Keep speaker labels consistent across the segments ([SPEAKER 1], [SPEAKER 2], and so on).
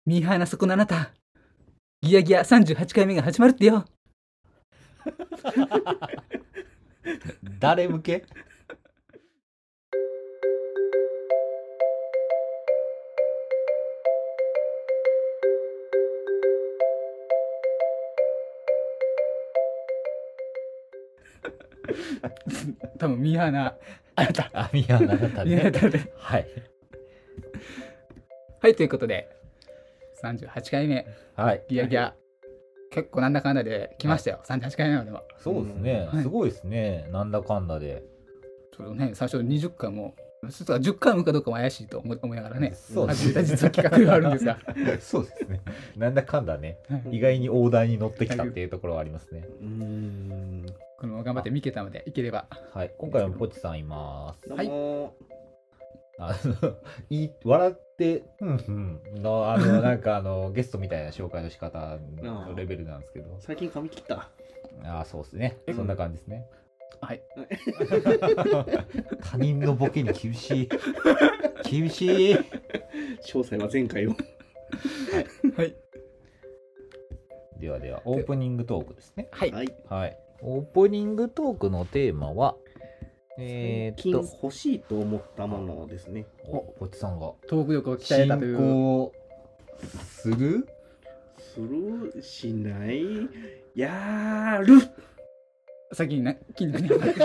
[SPEAKER 1] ミーハーなそこのあなた、ギヤギヤ38回目が始まるってよ。
[SPEAKER 2] 誰向け？
[SPEAKER 1] 多分ミーハーなあなた。
[SPEAKER 2] あ、ミーハーなあなた
[SPEAKER 1] ミーハーなあなた
[SPEAKER 2] ね。はい。
[SPEAKER 1] はい、ということで、38回目、
[SPEAKER 2] はい。
[SPEAKER 1] ギヤギヤ。結構なんだかんだで来ましたよ、38回目までは。
[SPEAKER 2] そうですね。
[SPEAKER 1] はい
[SPEAKER 2] すごいですね。なんだかんだで。
[SPEAKER 1] ちょっとね、最初20回も、実は10回もかどうかも怪しいと思いながらね、
[SPEAKER 2] そうです
[SPEAKER 1] 始めた実は企画があるんですが。
[SPEAKER 2] そうですね。なんだかんだね。
[SPEAKER 1] はい
[SPEAKER 2] 意外に大台に乗ってきたっていうところはありますね。
[SPEAKER 1] このまま頑張って三桁までいければ。
[SPEAKER 2] はい。今回もポチさんいます。
[SPEAKER 1] はい
[SPEAKER 2] 笑って、の、なんかゲストみたいな紹介の仕方のレベルなんですけど。
[SPEAKER 3] 最近髪切った。
[SPEAKER 2] そうですね。そんな感じですね。
[SPEAKER 1] はい。
[SPEAKER 2] 他人のボケに厳しい。厳しい。
[SPEAKER 3] 詳細は前回を。
[SPEAKER 1] はい。
[SPEAKER 2] ではでは、オープニングトークですね。
[SPEAKER 1] はい。
[SPEAKER 3] はい。
[SPEAKER 2] はい。オープニングトークのテーマは、
[SPEAKER 3] 最近欲しいと思ったものですね。
[SPEAKER 2] ポチさんが
[SPEAKER 1] トーク力を鍛えたという。
[SPEAKER 2] 進行する
[SPEAKER 3] しないやる
[SPEAKER 1] 先にね、筋肉ね。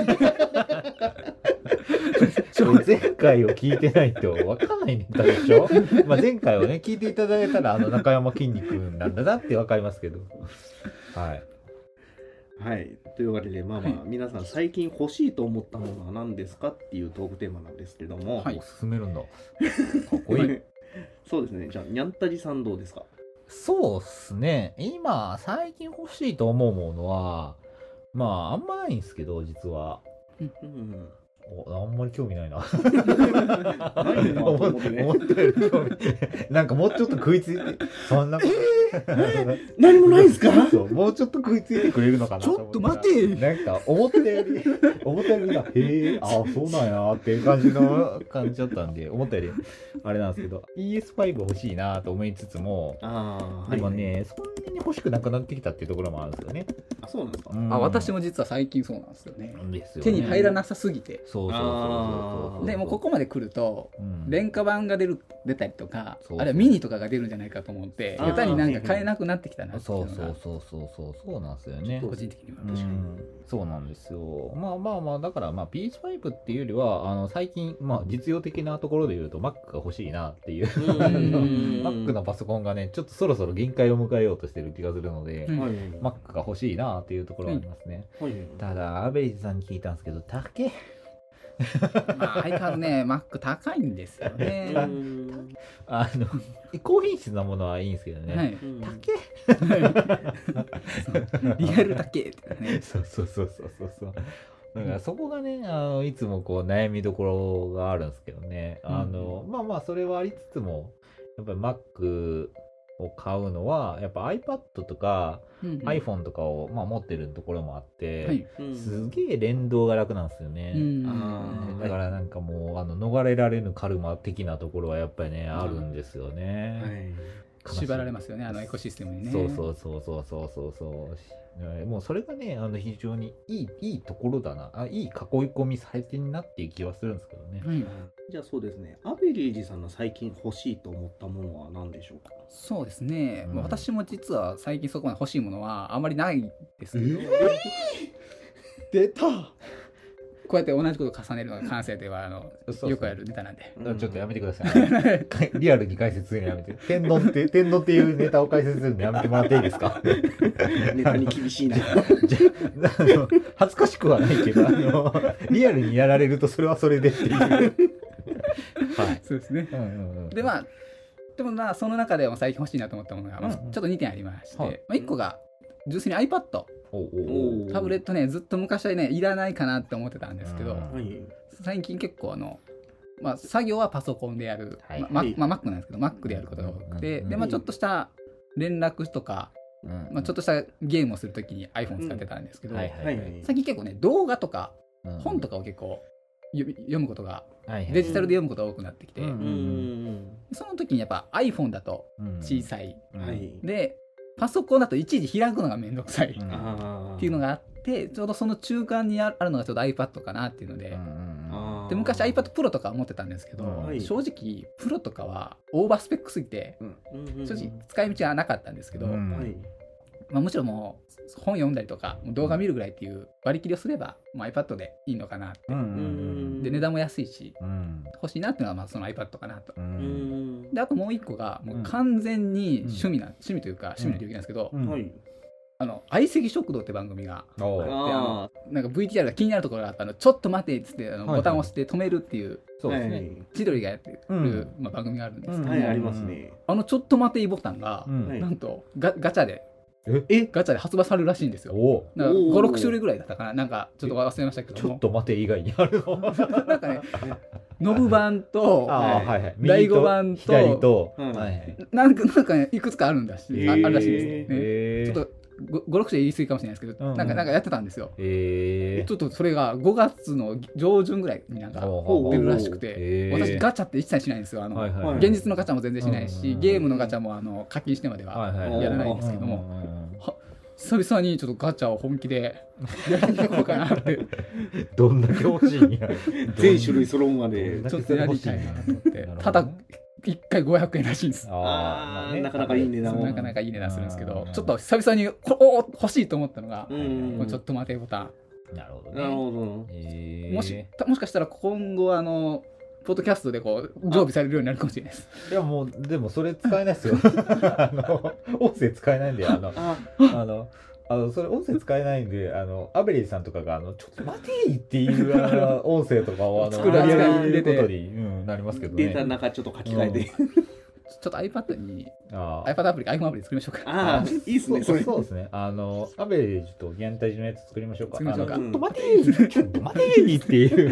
[SPEAKER 2] 前回を聞いてないと分かんないネタでしょ前回をね、聞いていただいたら、中山きんに君なんだなって分かりますけど。はい。
[SPEAKER 3] はい。というわけで、皆さん最近欲しいと思ったものは何ですかっていうトークテーマなんですけども。
[SPEAKER 1] はい。
[SPEAKER 2] 進めるんだ。かっこいい。
[SPEAKER 3] そうですね。じゃあ、にゃんたじさんどうですか？
[SPEAKER 2] そうっすね。今、最近欲しいと思うものは、あんまないんですけど、実は。あんまり興味ないな。
[SPEAKER 3] ないなと思ってね。
[SPEAKER 2] 思ったより興味なんかもうちょっと食いついて、そんな
[SPEAKER 3] 何もないんすか？
[SPEAKER 2] そうもうちょっと食いついてくれるのかな
[SPEAKER 1] ちょっと待て。
[SPEAKER 2] なんか思ったよりが、そうなんやっていう感じだったんで、思ったよりあれなんですけど、ES5 欲しいなと思いつつも、でもね、そんなに欲しくなくなってきたっていうところもあるんですよね。
[SPEAKER 3] あ、そうなんですか？
[SPEAKER 1] 私も実は最近そうなんですよね。
[SPEAKER 2] ですよね。
[SPEAKER 1] 手に入らなさすぎて。
[SPEAKER 2] そう
[SPEAKER 1] でもうここまで来ると、廉価版が出たりとか、あるいはミニとかが出るんじゃないかと思って、下手になんか買えなくなってきたなっていうのが。
[SPEAKER 2] そうなんですよね。
[SPEAKER 1] 個人的には。
[SPEAKER 2] そうなんですよ。だからPS5 っていうよりは、最近、実用的なところで言うと Mac が欲しいなっていう。Mac のパソコンがね、ちょっとそろそろ限界を迎えようとしてる気がするので、Mac が欲しいなっていうところはありますね。ただ、アベリーズさんに聞いたんですけど、高え。
[SPEAKER 1] 相変わらずね、Mac 高いんですよね。
[SPEAKER 2] 高品質なものはいいんですけどね。
[SPEAKER 1] はい、リアル高えってね。
[SPEAKER 2] そう。だからそこがね、いつもこう悩みどころがあるんですけどね。それはありつつも、やっぱり Mac を買うのは、やっぱ iPad とか iPhone とかを持ってるところもあって、すげえ連動が楽なんですよね。だからなんかもう逃れられぬカルマ的なところはやっぱりね、あるんですよね。
[SPEAKER 1] 縛られますよね、エコシステムにね。
[SPEAKER 2] そう。もうそれがね、非常にいいところだな。いい囲い込み最近になっていく気はするんですけどね。
[SPEAKER 3] じゃあそうですね。アベリージさんの最近欲しいと思ったものは何でしょうか？
[SPEAKER 1] そうですね。私も実は最近そこまで欲しいものはあんまりないんですけど。
[SPEAKER 3] 出た。
[SPEAKER 1] こうやって同じことを重ねるのが感性ではよくやるネタなんで。
[SPEAKER 2] ちょっとやめてください。リアルに解説するのやめて。天丼っていうネタを解説するのやめてもらっていいですか？
[SPEAKER 3] ネタに厳しいな。
[SPEAKER 2] 恥ずかしくはないけど、リアルにやられるとそれはそれでっていう。はい。
[SPEAKER 1] そうですね。ででもその中でも最近欲しいなと思ったものが、ちょっと2点ありまして、1個が純粋に iPad。タブレットね、ずっと昔はね、いらないかなって思ってたんですけど、最近結構作業はパソコンでやる、Mac なんですけど、Mac でやることが多くて、で、ちょっとした連絡とか、ちょっとしたゲームをするときに iPhone 使ってたんですけど、最近結構ね、動画とか本とかを結構読むことが、デジタルで読むことが多くなってきて、その時にやっぱ iPhone だと小さい、でパソコンだといちいち開くのがめんどくさいっていうのがあって、ちょうどその中間にあるのがちょうど iPad かなっていうので、で昔 iPad Pro とか持ってたんですけど、正直プロとかはオーバースペックすぎて、正直使い道はなかったんですけど、むしろもう本読んだりとか動画見るぐらいっていう割り切りをすれば、iPad でいいのかなって、で値段も安いし、欲しいなっていうのはその iPad かなと。であともう一個がもう完全に趣味というか趣味の領域なんですけど、相席食堂って番組があって、なんか VTR が気になるところがあったの、ちょっと待てっつってボタンを押して止めるっていう、千鳥がやってる番組があるんですけど、
[SPEAKER 3] ありますね。
[SPEAKER 1] ちょっと待ていボタンがなんとガチャで発売されるらしいんですよ。なんか5、6種類ぐらいだったかな、なんかちょっと忘れましたけど、
[SPEAKER 2] ちょっと待て以外にあるの
[SPEAKER 1] なんかね、ノブ版と第5版となんかねいくつかあるんだし、あるらしいですね。ちょっと5、6種言い過ぎかもしれないですけど、なんかやってたんですよ。ちょっとそれが5月の上旬ぐらいになんか出るらしくて、私ガチャって一切しないんですよ。現実のガチャも全然しないし、ゲームのガチャも課金してまではやらないんですけども、久々にちょっとガチャを本気でやりに行こうかなって
[SPEAKER 2] どんだけ欲しいんや
[SPEAKER 3] 全種類揃うまで
[SPEAKER 1] ちょっとやりたいなと思って、ただ1回500円らしいんです。
[SPEAKER 3] なかなかいい値段、
[SPEAKER 1] なかなかいい値段するんですけど、ちょっと久々に欲しいと思ったのが、ちょっと待てボタン。
[SPEAKER 2] なるほど
[SPEAKER 1] ね。もしかしたら今後ポッドキャストで常備されるようになるかもしれないです。
[SPEAKER 2] いやもうでもそれ使えないですよ音声使えないんで、それ音声使えないんで、アベリーさんとかがちょっと待てーっていう音声とかを
[SPEAKER 1] 作り上げること
[SPEAKER 2] になりますけどね。
[SPEAKER 3] データの中ちょっと書き換えて、
[SPEAKER 1] ちょっと iPad に iPad アプリ iPhone アプリ作りましょう
[SPEAKER 3] か。いいっすね。
[SPEAKER 2] そうですね。アベレージとギャンタジのやつ作りましょうか。ちょっと待てーっていう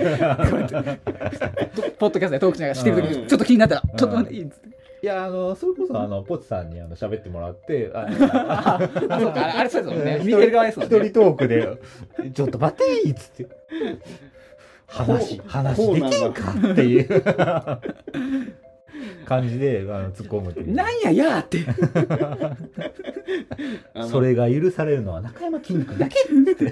[SPEAKER 1] ポッドキャストでトークしながらしてる時にちょっと気になったらちょっと待てーって。
[SPEAKER 2] いやそれこそポチさんに喋ってもらって
[SPEAKER 1] そうか、あれそうですもんね、見てる側ですもんね。
[SPEAKER 2] 一人トークでちょっと待てーっつって話できんかっていう感じで突っ込むっていう。
[SPEAKER 1] なんややーって
[SPEAKER 2] それが許されるのは中山きんに君だけって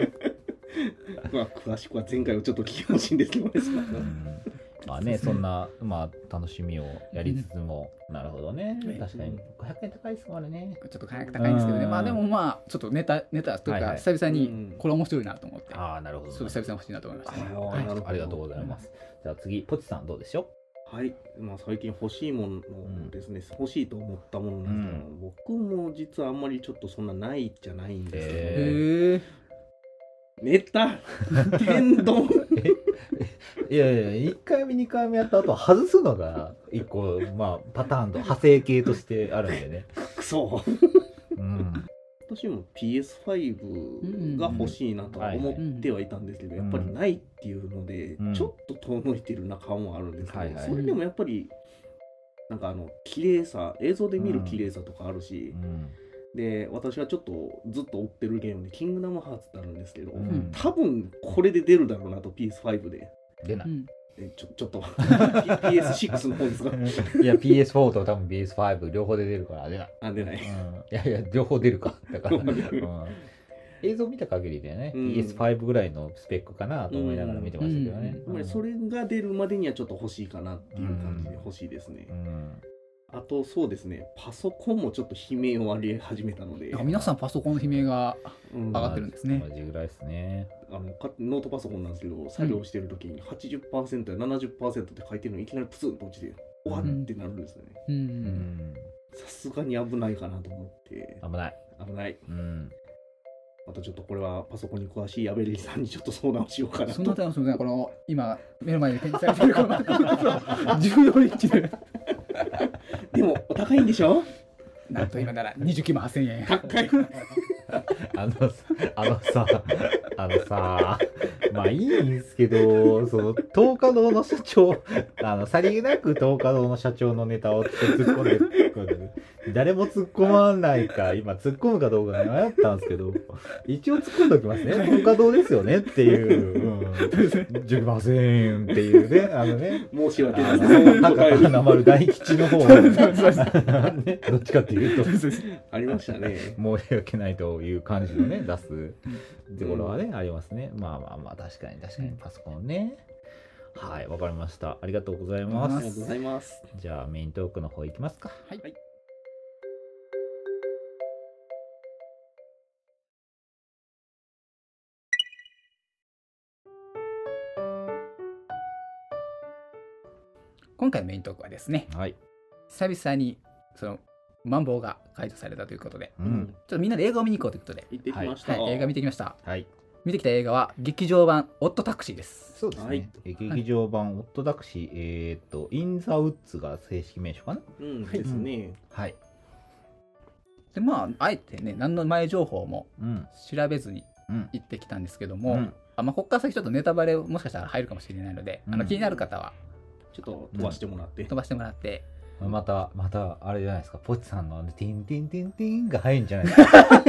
[SPEAKER 3] 詳しくは前回をちょっと聞きほしいんですけどね。
[SPEAKER 2] そんな楽しみをやりつつも、なるほどね。確かに500円高いですからね。
[SPEAKER 1] ちょっと高いんですけどね。でもちょっとネタというか久々にこれ面白いなと思って、
[SPEAKER 2] なるほど。
[SPEAKER 1] ちょっと久々に欲しいなと思いました。
[SPEAKER 2] ありがとうございます。じゃあ次ポチさんどうでしょ
[SPEAKER 3] う。はい、最近欲しいものですね、欲しいと思ったものなんですけど、僕も実はあんまりちょっとそんなないじゃないんですけど、ネタ天丼
[SPEAKER 2] いや1回目2回目やった後外すのが1個パターンと派生系としてあるんでね。
[SPEAKER 3] くそ私も PS5 が欲しいなと思ってはいたんですけど、やっぱりないっていうのでちょっと遠のいてるな感はあるんですけど、それでもやっぱりなんか綺麗さ、映像で見る綺麗さとかあるし、で私はちょっとずっと追ってるゲームでキングダムハーツってあるんですけど、多分これで出るだろうなと。 PS5 で
[SPEAKER 2] 出ない。
[SPEAKER 3] ちょっとPS6 の方ですが
[SPEAKER 2] いや PS4 と多分 PS5 両方で出るから出ない。
[SPEAKER 3] 出ない。
[SPEAKER 2] いや両方出るかだから映像見た限りでね、PS5 ぐらいのスペックかなと思いながら見てましたけどね。
[SPEAKER 3] それが出るまでにはちょっと欲しいかなっていう感じで欲しいですね。あとそうですね、パソコンもちょっと悲鳴を上げ始めたので。
[SPEAKER 1] 皆さんパソコンの悲鳴が上がってるんですね。
[SPEAKER 2] 同じぐらいですね。
[SPEAKER 3] ノートパソコンなんですけど、作業してる時に 80% や 70% って書いてるのにいきなりプツンと落ちて終わってなるんですよね。さすがに危ないかなと思って。危ない。またちょっとこれはパソコンに詳しいアベリーさんにちょっと相談しようかなと。
[SPEAKER 1] そんな点はこの今目の前で展示されているこの14インチで
[SPEAKER 3] でもお高いんでしょ。
[SPEAKER 1] なんと今なら29万8000円。
[SPEAKER 3] 高い。
[SPEAKER 2] まあいいんですけど、その東華堂の社長、さりげなく東華堂の社長のネタを突っ込んでくる。誰も突っ込まないか、今突っ込むかどうか迷ったんですけど、一応突っ込んでおきますね。東華堂ですよねっていう、じゃませんっていうね、
[SPEAKER 3] 申し訳ないです。
[SPEAKER 2] 博多華丸大吉の方どっちかっていうと、
[SPEAKER 3] ありましたね。
[SPEAKER 2] 申し訳ないという感じのね、出すところはね、ありますね。まあ、確かにパソコンね。はい、わかりました。ありがとうございます。
[SPEAKER 3] ありがとうございます。
[SPEAKER 2] じゃあメイントークの方いきますか。
[SPEAKER 1] はい。今回のメイントークはですね、
[SPEAKER 2] はい、
[SPEAKER 1] 久々にそのマンボウが解除されたということで、
[SPEAKER 2] ちょ
[SPEAKER 1] っとみんなで映画を見に行こうということで
[SPEAKER 3] 行ってきました。
[SPEAKER 1] 映画見てきました。
[SPEAKER 2] はい。
[SPEAKER 1] 見てきた映画は劇場版オットタクシーです。
[SPEAKER 2] そうですね。劇場版オットタクシー、インザウッズが正式名称かな。
[SPEAKER 3] ですね。
[SPEAKER 2] はい。
[SPEAKER 1] であえてね何の前情報も調べずに行ってきたんですけども、ここから先ちょっとネタバレもしかしたら入るかもしれないので、気になる方は
[SPEAKER 3] ちょっと飛ばしてもらって。
[SPEAKER 2] またあれじゃないですか、ポチさんのティンティンティンティンが入るんじゃないですか。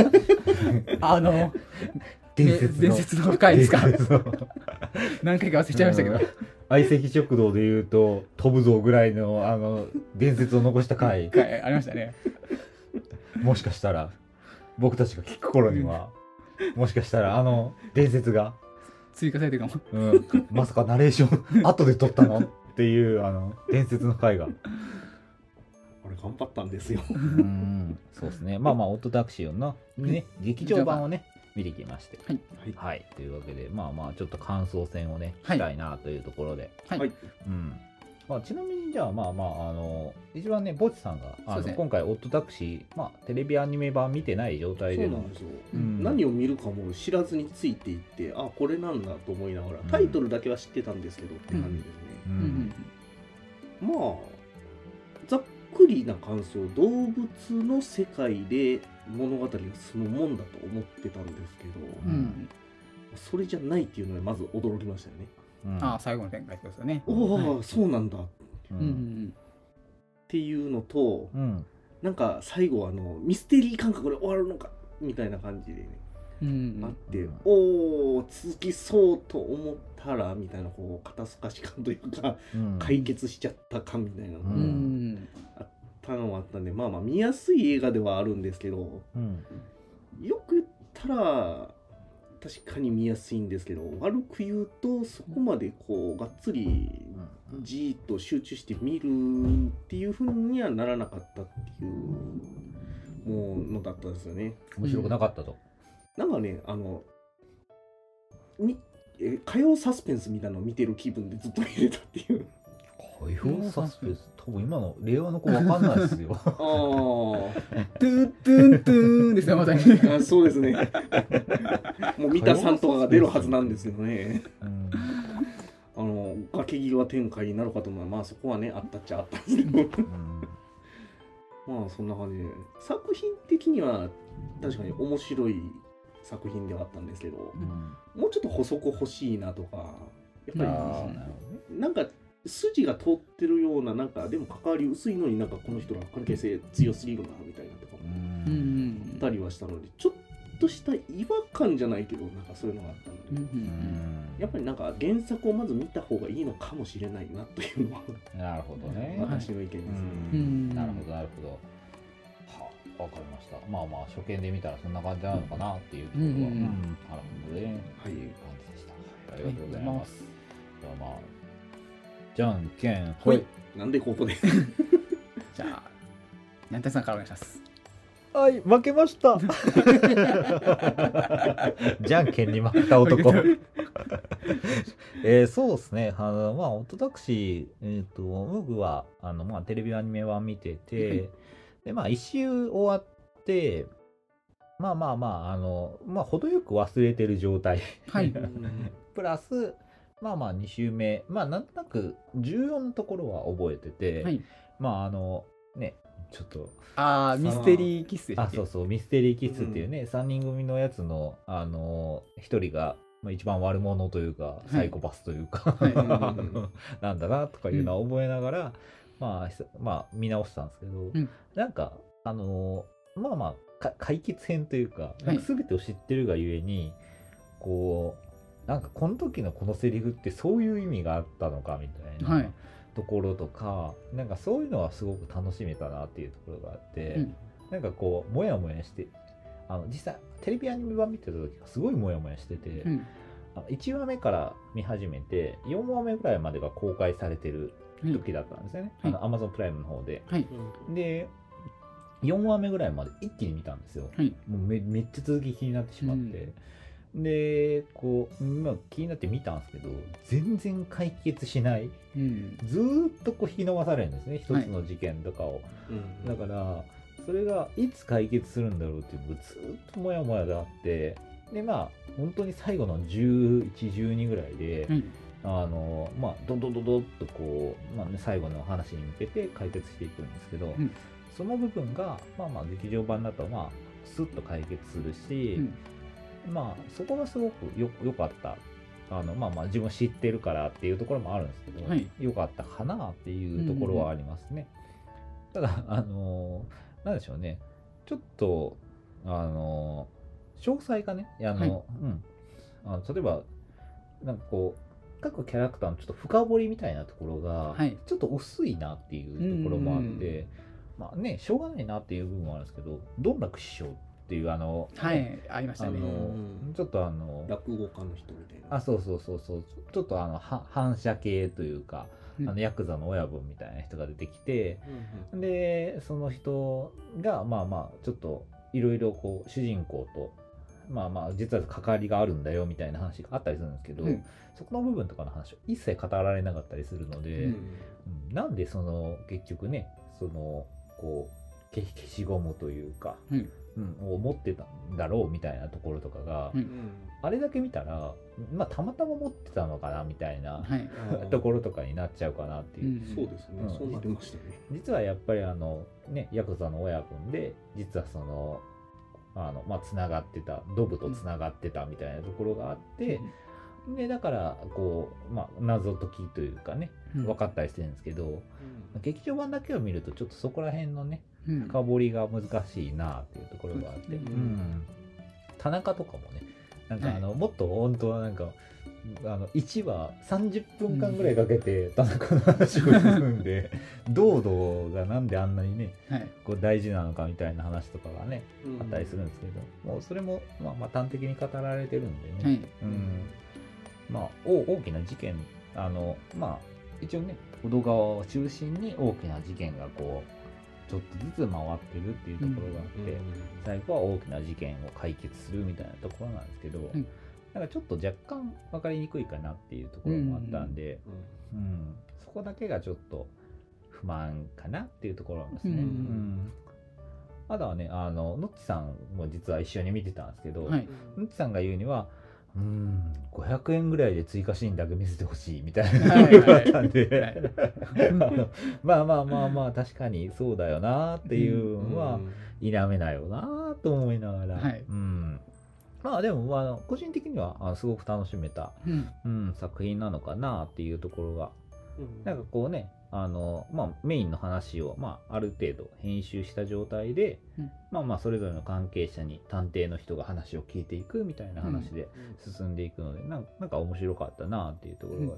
[SPEAKER 1] 伝説の回ですか。何回か忘れちゃいましたけど、
[SPEAKER 2] 相席食堂でいうと飛ぶぞぐらいの伝説を残した回
[SPEAKER 1] ありましたね。
[SPEAKER 2] もしかしたら僕たちが聞く頃にはもしかしたら伝説が
[SPEAKER 1] 追加されてるか
[SPEAKER 2] も、まさかナレーション後で撮ったのっていう伝説の回が
[SPEAKER 3] あれ頑張ったんですよ。
[SPEAKER 2] そうですね。オットタクシーのね、劇場版をね見てきまして、はい、というわけでちょっと感想戦をねしたいなというところで、ちなみにじゃあ一番ねボチさんが今回オットタクシーテレビアニメ版見てない状態で、
[SPEAKER 3] そうなんですよ。何を見るかも知らずについていって、これなんだと思いながらタイトルだけは知ってたんですけどって感じですね。ざっくりな感想、動物の世界で物語が進むもんだと思ってたんですけど、それじゃないっていうのでまず驚きましたよね。
[SPEAKER 1] 最後の展開ってことですよね。
[SPEAKER 3] そうなんだっていうのと、なんか最後ミステリー感覚で終わるのかみたいな感じでね、あって、続きそうと思ったらみたいな肩透かし感というか、解決しちゃった感みたいなのがあったのはあったんで、見やすい映画ではあるんですけど、よく言ったら確かに見やすいんですけど、悪く言うとそこまでがっつりじーっと集中して見るっていう風にはならなかったっていうものだったんですよね。
[SPEAKER 2] 面白くなかったと。
[SPEAKER 3] なんかね、火曜サスペンスみたいなのを見てる気分でずっと見れたっていう。
[SPEAKER 2] 火曜サスペンス、多分今の令和の子わかんないですよ。
[SPEAKER 1] トゥントゥントゥンですよ、まさに。
[SPEAKER 3] そうですね。もう三田さんとかが出るはずなんですけどね。崖際展開になるかと思うのはそこはねあったっちゃあったんですけど。そんな感じで作品的には確かに面白い作品ではあったんですけど、もうちょっと補足欲しいなとか、やっぱりなんか筋が通ってるような、なんかでも関わり薄いのになんかこの人ら関係性強すぎるなみたいなとかもあったりはしたので、ちょっとした違和感じゃないけどなんかそういうのがあったので、やっぱりなんか原作をまず見た方がいいのかもしれないなというのは
[SPEAKER 2] なるほどね、
[SPEAKER 3] 私の意見です
[SPEAKER 2] ね。なるほどなるほど。わかりました。初見で見たらそんな感じなのかなっていうところは、なるほどね、っていう感じでした。ありがとうございます。ではじゃんけんほい。
[SPEAKER 3] なんでここで
[SPEAKER 1] じゃあ南谷さんからお願いします。
[SPEAKER 2] はい、負けました。じゃんけんに負けた男。そうですね。オットタクシー、僕はテレビアニメ版見てて、で一周終わって程よく忘れてる状態。プラス2周目なんとなく重要なところは覚えてて、ね。ちょっと
[SPEAKER 1] ミステリーキスでしたっけ？
[SPEAKER 2] そうミステリーキスっていうね、3人組のやつの1人がまあ、一番悪者というかサイコパスというか、なんだなとかいうのは覚えながら、まあ見直したんですけど、なんかまあまあ解決編というか、なんか全てを知ってるがゆえにこうなんかこの時のこのセリフってそういう意味があったのかみたいなところとか、なんかそういうのはすごく楽しめたなっていうところがあって、なんかこうモヤモヤして実際テレビアニメ版見てた時はすごいモヤモヤしてて、1話目から見始めて4話目ぐらいまでが公開されてる時だったんですよね、Amazon プライムの方で、で4話目ぐらいまで一気に見たんですよ、もうめっちゃ続き気になってしまって、でこう、まあ、気になって見たんですけど全然解決しない、ずーっとこう引き伸ばされるんですね、一つの事件とかを、だからそれがいつ解決するんだろうっていうのがずーっとモヤモヤであって、でまあ本当に最後の11、12ぐらいで、まあドドドドッとこう、まあね、最後の話に向けて解決していくんですけど、その部分がまあまあ劇場版だとまあスッと解決するし、まあそこがすごく良かった。まあまあ自分知ってるからっていうところもあるんですけど、良かったかなっていうところはありますね。ただなんでしょうね、ちょっと詳細がね例えばなんかこう各キャラクターのちょっと深掘りみたいなところがちょっと薄いなっていうところもあって、まあねしょうがないなっていう部分もあるんですけど、どんな師匠っていう
[SPEAKER 1] ありましたね、
[SPEAKER 2] ちょっと
[SPEAKER 3] 落語家の人みたいな、
[SPEAKER 2] そうちょっと反射系というか、ヤクザの親分みたいな人が出てきて、でその人がまあまあちょっといろいろこう主人公とまあまあ実は関わりがあるんだよみたいな話があったりするんですけど、そこの部分とかの話を一切語られなかったりするので、なんでその結局ねそのこう消しゴムというか、を持ってたんだろうみたいなところとかが、あれだけ見たら、まあ、たまたま持ってたのかなみたいな、ところとかになっちゃうかなっていう、
[SPEAKER 3] そうですね、そうなりましたね。
[SPEAKER 2] 実はやっぱりねヤクザの親分で実はそのまあつながってたドブとつながってたみたいなところがあって、でだからこう、まあ、謎解きというかね分かったりしてるんですけど、劇場版だけを見るとちょっとそこら辺のね深掘りが難しいなっていうところがあって、田中とかもねなんかもっと本当はなんか1話30分間ぐらいかけて田中の話をするんで堂々がなんであんなにね、こう大事なのかみたいな話とかがね、あったりするんですけど、もうそれもまあ端的に語られてるんでね、まあ大きな事件まあ一応ね小戸川を中心に大きな事件がこうちょっとずつ回ってるっていうところがあって、最後は大きな事件を解決するみたいなところなんですけど、なんかちょっと若干分かりにくいかなっていうところもあったんで、そこだけがちょっと不満かなっていうところなんですね。あとはねのっちさんも実は一緒に見てたんですけど、のっちさんが言うには500円ぐらいで追加シーンだけ見せてほしいみたいなのがあったんでまあまあまあまあ確かにそうだよなっていうのは否めないよなと思いながら、まあでも個人的にはすごく楽しめた、作品なのかなっていうところが、なんかこうねまあ、メインの話を、まあ、ある程度編集した状態で、まあまあそれぞれの関係者に探偵の人が話を聞いていくみたいな話で進んでいくので、なんか面白かったなっていうところがあって、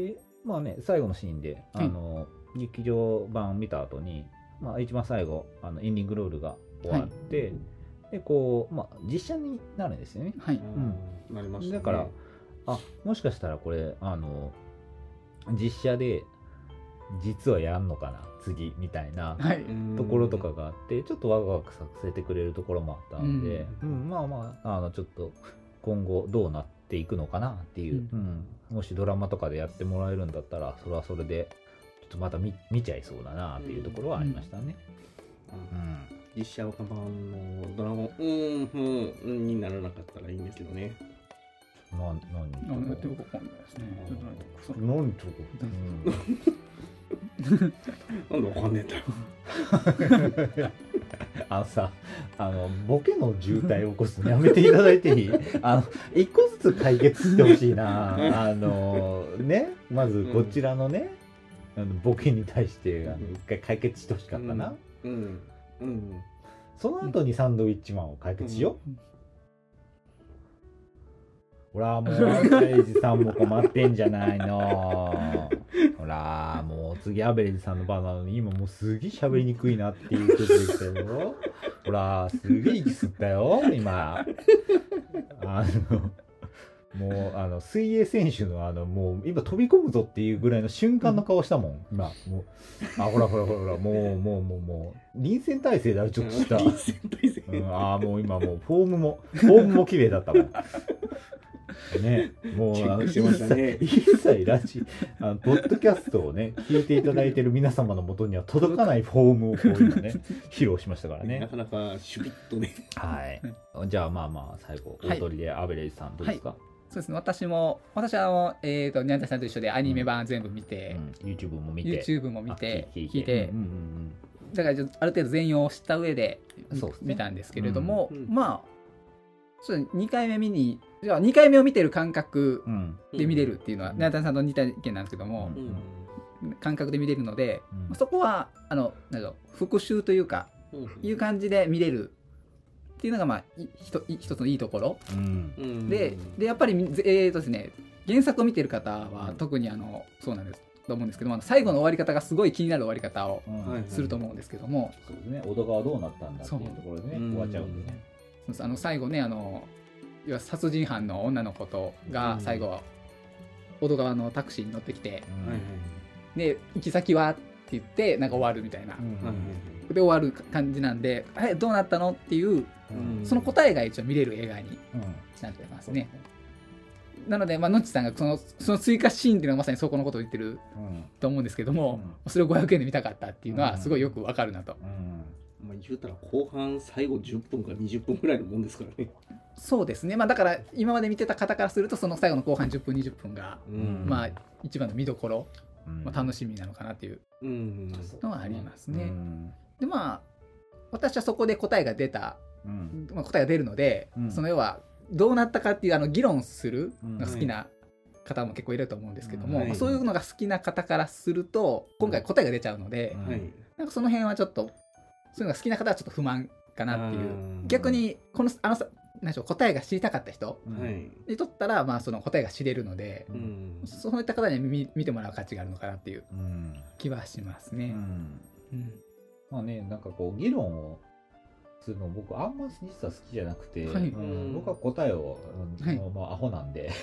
[SPEAKER 2] でまあね最後のシーンで劇場版見た後に、まあ、一番最後エンディングロールが終わって、でこう、まあ、実写になるんですよね。
[SPEAKER 3] なりましたね。
[SPEAKER 2] だからもしかしたらこれ実写で実はやんのかな次みたいなところとかがあって、ちょっとワクワクさせてくれるところもあったんで、まあまあちょっと今後どうなっていくのかなっていう、もしドラマとかでやってもらえるんだったらそれはそれでちょっとまた 見ちゃいそうだなっていうところはありましたね。
[SPEAKER 3] 実写版のドラマにならなかったらいいんですけどね。
[SPEAKER 1] なんで僕わかんないですね。
[SPEAKER 2] なんと
[SPEAKER 3] なんでわかんねえんだよ。
[SPEAKER 2] さ、ボケの渋滞を起こすのやめていただいていい？一個ずつ解決してほしいな。ね、まずこちらのね、ボケに対して一回解決してほしかったな。その後にサンドウィッチマンを解決しよう。ほら、もうアベレージさんも困ってんじゃないの。ほら、もう次アベレージさんの番なのに今もうすげえ喋りにくいなっていうことでしたよ。ほら、すげえ息吸ったよ今。もう水泳選手のもう今飛び込むぞっていうぐらいの瞬間の顔したもん。今もうほらもう臨戦態勢であるちょっとした。臨戦態勢。もう今もうフォームも綺麗だったもん。ね、もう一切ラジポッドキャストをね聞いていただいている皆様のもとには届かないフォームをこう今ね披露しましたからね。
[SPEAKER 3] なかなかシュピッとね。
[SPEAKER 2] はい。じゃあまあ最後大鳥でアベレージさんどうですか？
[SPEAKER 1] そうですね。私はニャンタさんと一緒でアニメ版全部見て、
[SPEAKER 2] YouTube も見
[SPEAKER 1] て聞いて、だからある程度全容を知った上で見たんですけれども、まあ2回目を見てる感覚で見れるっていうのは、ニャンタさんと似た意見なんですけども、感覚で見れるので、そこは復習というか、いう感じで見れるっていうのがまあ一つのいいところ、でやっぱりですね、原作を見てる方は特にそうなんですと思うんですけども、最後の終わり方がすごい気になる終わり方をすると思うんですけども、
[SPEAKER 2] そうですね、小戸川どうなったんだっていうところでね終わっちゃうんでね。
[SPEAKER 1] 最後ね、要は殺人犯の女の子が最後小戸川のタクシーに乗ってきて、で行き先はって言ってなんか終わるみたいな、で終わる感じなんで、どうなったのっていう、その答えが一応見れる映画になってますね。なので、のっちさんがその追加シーンっていうのはまさにそこのことを言ってると思うんですけども、それを500円で見たかったっていうのはすごいよくわかるなと。
[SPEAKER 3] 言うたら後半最後10分か20分ぐらいのもんですからね。
[SPEAKER 1] そうですね。だから今まで見てた方からするとその最後の後半10分20分が、一番の見どころ、楽しみなのかなっていうのはありますね。で私はそこで答えが出た、答えが出るので、その要はどうなったかっていう議論するのが好きな方も結構いると思うんですけども、そういうのが好きな方からすると今回答えが出ちゃうので、なんかその辺はちょっとそういうのが好きな方はちょっと不満かなっていう。逆に答えが知りたかった人にとったら、その答えが知れるので、そういった方に見てもらう価値があるのかなっていう気はしますね。
[SPEAKER 2] まあね、なんかこう議論をするの僕あんま実は好きじゃなくて、僕は答えを、アホなんで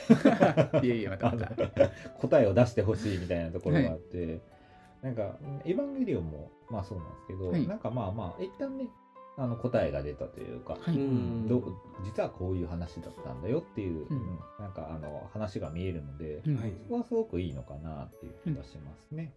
[SPEAKER 2] 答えを出してほしいみたいなところがあって、なんかエヴァンゲリオンもそうなんですけど、なんか一旦ね答えが出たというか、実はこういう話だったんだよっていう、なんか話が見えるので、そこはすごくいいのかなっていう気がしますね。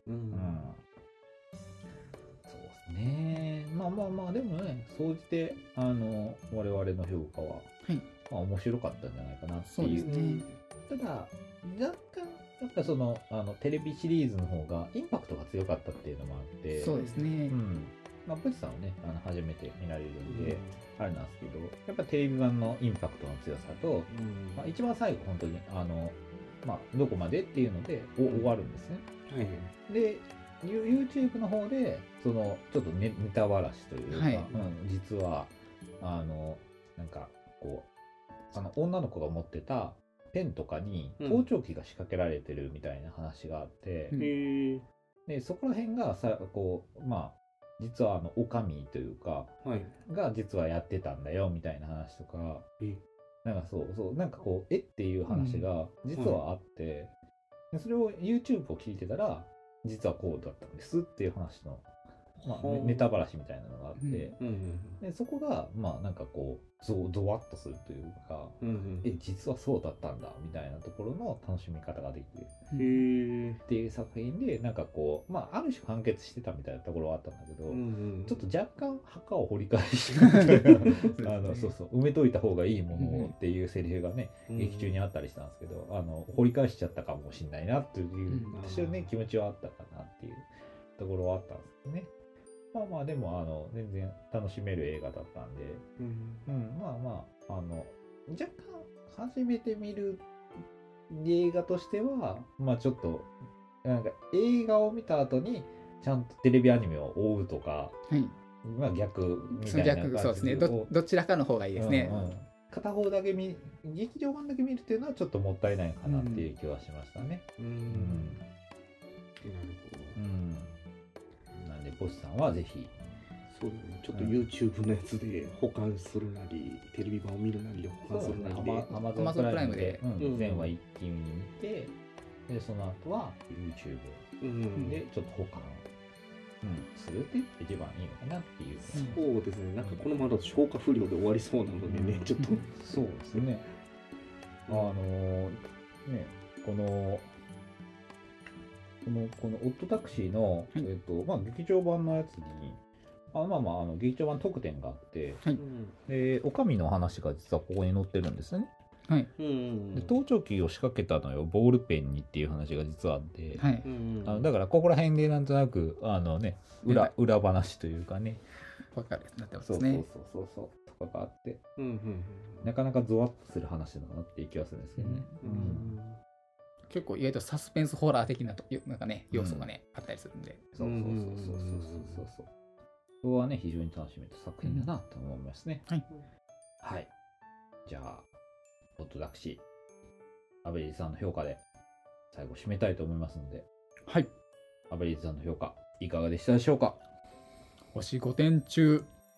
[SPEAKER 2] そうですね。でもね、総じて我々の評価は、面白かったんじゃないかなっていう。ただ若干やっぱそのテレビシリーズの方がインパクトが強かったっていうのもあって、
[SPEAKER 1] そうですね。
[SPEAKER 2] プチさんはね初めて見られるんで、あれなんですけど、やっぱテレビ版のインパクトの強さと、一番最後本当にどこまでっていうので終わるんですね。で YouTube の方でそのちょっとネタばらしというか、実はなんかこう女の子が持ってたペンとかに盗聴器が仕掛けられてるみたいな話があって、でそこら辺が実はオカミというか、が実はやってたんだよみたいな話とか、なんかなんかこうっていう話が実はあって、でそれを YouTube を聞いてたら実はこうだったんですっていう話の、ネタばらしみたいなのがあって、でそこがなんかこうゾワッとするというか、実はそうだったんだみたいなところの楽しみ方ができるっていう作品で、なんかこうある種完結してたみたいなところはあったんだけど、ちょっと若干墓を掘り返して埋めといた方がいいものっていうセリフがね、劇中にあったりしたんですけど、掘り返しちゃったかもしれないなっていう私はね気持ちはあったかなっていうところはあったんですけどね。 まあまあでも全然楽しめる映画だったんで、まあまあ若干初めて見る映画としてはまあちょっとなんか映画を見た後にちゃんとテレビアニメを追うとか、まあ逆みたいな感じで、
[SPEAKER 1] そうですね、どちらかの方がいいですね。
[SPEAKER 2] 片方だけ劇場版だけ見るっていうのはちょっともったいないかなっていう気はしましたね。なるほど。なんでボスさんはぜひ
[SPEAKER 3] そうですね、ちょっと YouTube のやつで保管するなり、テレビ版を見るなりで保管するなりで、
[SPEAKER 2] Amazon プライムで全話一気に見て、でその後は YouTube でちょっと保管するって一番いいのかなっていう。
[SPEAKER 3] そうですね、なんかこのままだと消化不良で終わりそうなのでね、ちょっと
[SPEAKER 2] そうですね。このオットタクシーのまあ劇場版のやつに劇場版特典があって、でおかみの話が実はここに載ってるんですね。で盗聴器を仕掛けたのよボールペンにっていう話が実はあって、だからここら辺でなんとなく裏話というかね、
[SPEAKER 1] 分かるようになってますね。
[SPEAKER 2] そうとかがあって、なかなかゾワッとする話だなっていう気がするんですけどね。
[SPEAKER 1] 結構意外とサスペンスホラー的ななんかね要素がねあったりするんで、
[SPEAKER 2] そうここはね非常に楽しめた作品だなと思いますね。はい。じゃあオットタクシーアベリーズさんの評価で最後締めたいと思いますので、
[SPEAKER 1] はい。
[SPEAKER 2] アベリーズさんの評価いかがでしたでしょうか。
[SPEAKER 1] 星5点中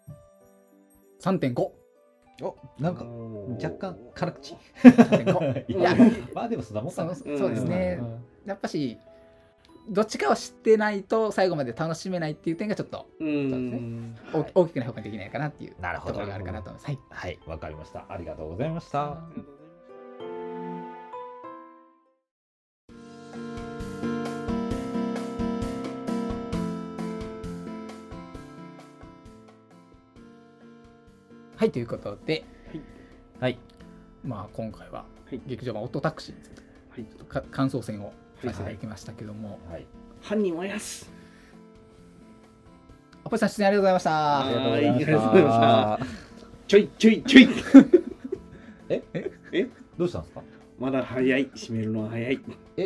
[SPEAKER 1] 3.5。
[SPEAKER 2] なんか若干辛口。
[SPEAKER 1] 3.5。いや
[SPEAKER 2] まあでもそんなもんかな。
[SPEAKER 1] そうですね。やっぱしどっちかを知ってないと最後まで楽しめないっていう点がちょっと大きくな評価できないかなっていうところがあるかなと思います。
[SPEAKER 2] はい、わかりました。ありがとうございました。
[SPEAKER 1] はい、ということで、
[SPEAKER 2] はい、
[SPEAKER 1] まあ今回は劇場版オットタクシーについてちょっと感想戦をさせていただきましたけども、
[SPEAKER 3] 犯人はやす。
[SPEAKER 1] アポイさん出演ありがとうございました。
[SPEAKER 2] ありがとうございました。
[SPEAKER 3] ちょい
[SPEAKER 2] どうしたんですか。
[SPEAKER 3] まだ早い、閉めるのは早い。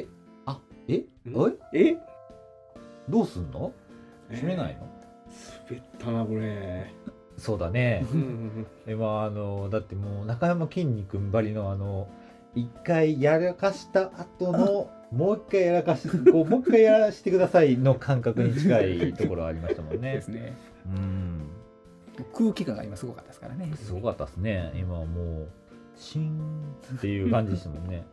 [SPEAKER 2] どうすんの。閉めないの。
[SPEAKER 3] 滑ったなこれ。
[SPEAKER 2] そうだね。だってもう中山きんに君ばりの一回やらかした後のもう一回やらかしもう一回やらしてくださいの感覚に近いところありましたもんね。
[SPEAKER 1] ですね。空気感が今すごかったですからね。
[SPEAKER 2] すごかったですね。今はもうシーンっていう感じでしたもんね。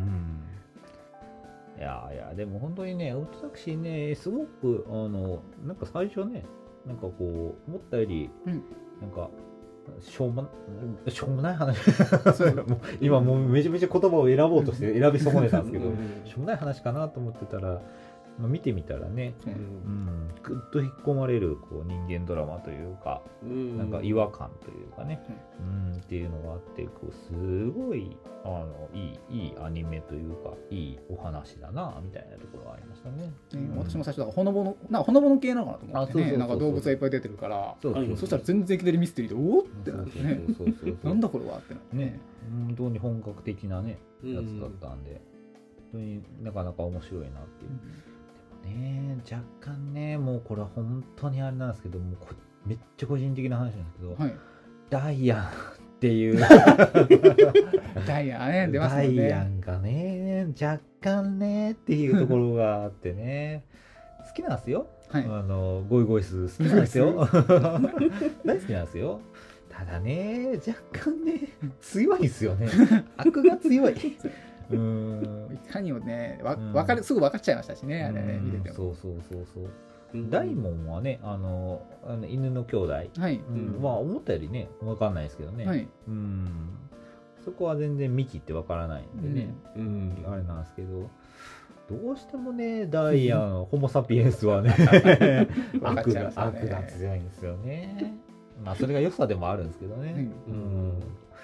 [SPEAKER 2] いやでも本当にねオットタクシーねすごくなんか最初ねなんかこう思ったよりなんかしょうもない話今もうめちゃめちゃ言葉を選ぼうとして選び損ねたんですけどしょうもない話かなと思ってたら、見てみたらね、ぐっと引っ込まれるこう人間ドラマというか、なんか違和感というかね、っていうのがあってこうすごいいいアニメというかいいお話だなみたいなところがありましたね。
[SPEAKER 1] 私も最初だからほのぼの系なのかなと思ってね、なんか動物がいっぱい出てるから、そしたら全然いきなりミステリーでおおってなってね、なんだこれはってなってね、
[SPEAKER 2] 本当に本格的なねやつだったんで、本当になかなか面白いなっていう。若干ねもうこれは本当にあれなんですけどもめっちゃ個人的な話なんですけど、ダイアンっていう
[SPEAKER 1] ダイアンね出ますね。
[SPEAKER 2] ダイアンがね若干ねっていうところがあってね好きなんですよ。ゴイゴイス好きなんですよ。大好きなんですよ。ただね若干ね強いんですよね。悪が強い。
[SPEAKER 1] いかにもねすぐ分かっちゃいましたしね、あれね見てても。
[SPEAKER 2] そう大門はね犬の兄弟、思ったよりね分かんないですけどね、そこは全然ミキって分からないんでね、あれなんですけどどうしてもねダイアンホモサピエンスはね悪が強いんですよね。まあそれが良さでもあるんですけどね。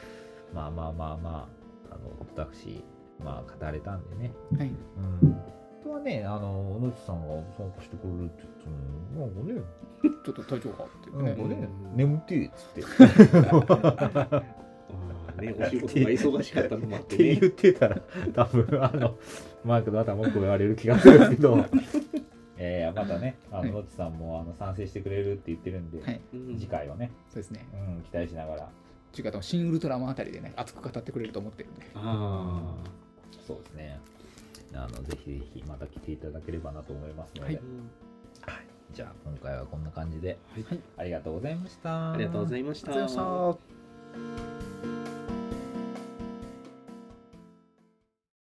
[SPEAKER 2] まあ私語れたんでね、 当はね、野内さんが参加してくれるって言っても、なんかね、
[SPEAKER 1] ちょっと体調がって
[SPEAKER 2] なんかね、眠ってっつって。
[SPEAKER 3] ね、お仕事が忙しかったのもあって
[SPEAKER 2] ね。って言ってたら、多分マイクの頭文句言われる気がするけど、またね、野内さんも賛成してくれるって言ってるんで、次回はね、
[SPEAKER 1] そうですね、
[SPEAKER 2] 期待しながら。
[SPEAKER 1] 次回新ウルトラマンあたりでね、熱く語ってくれると思ってるんで。
[SPEAKER 2] そうですね。ぜひぜひまた来ていただければなと思いますので。じゃあ今回はこんな感じで、ありがとうございました。
[SPEAKER 3] ありがとうございました。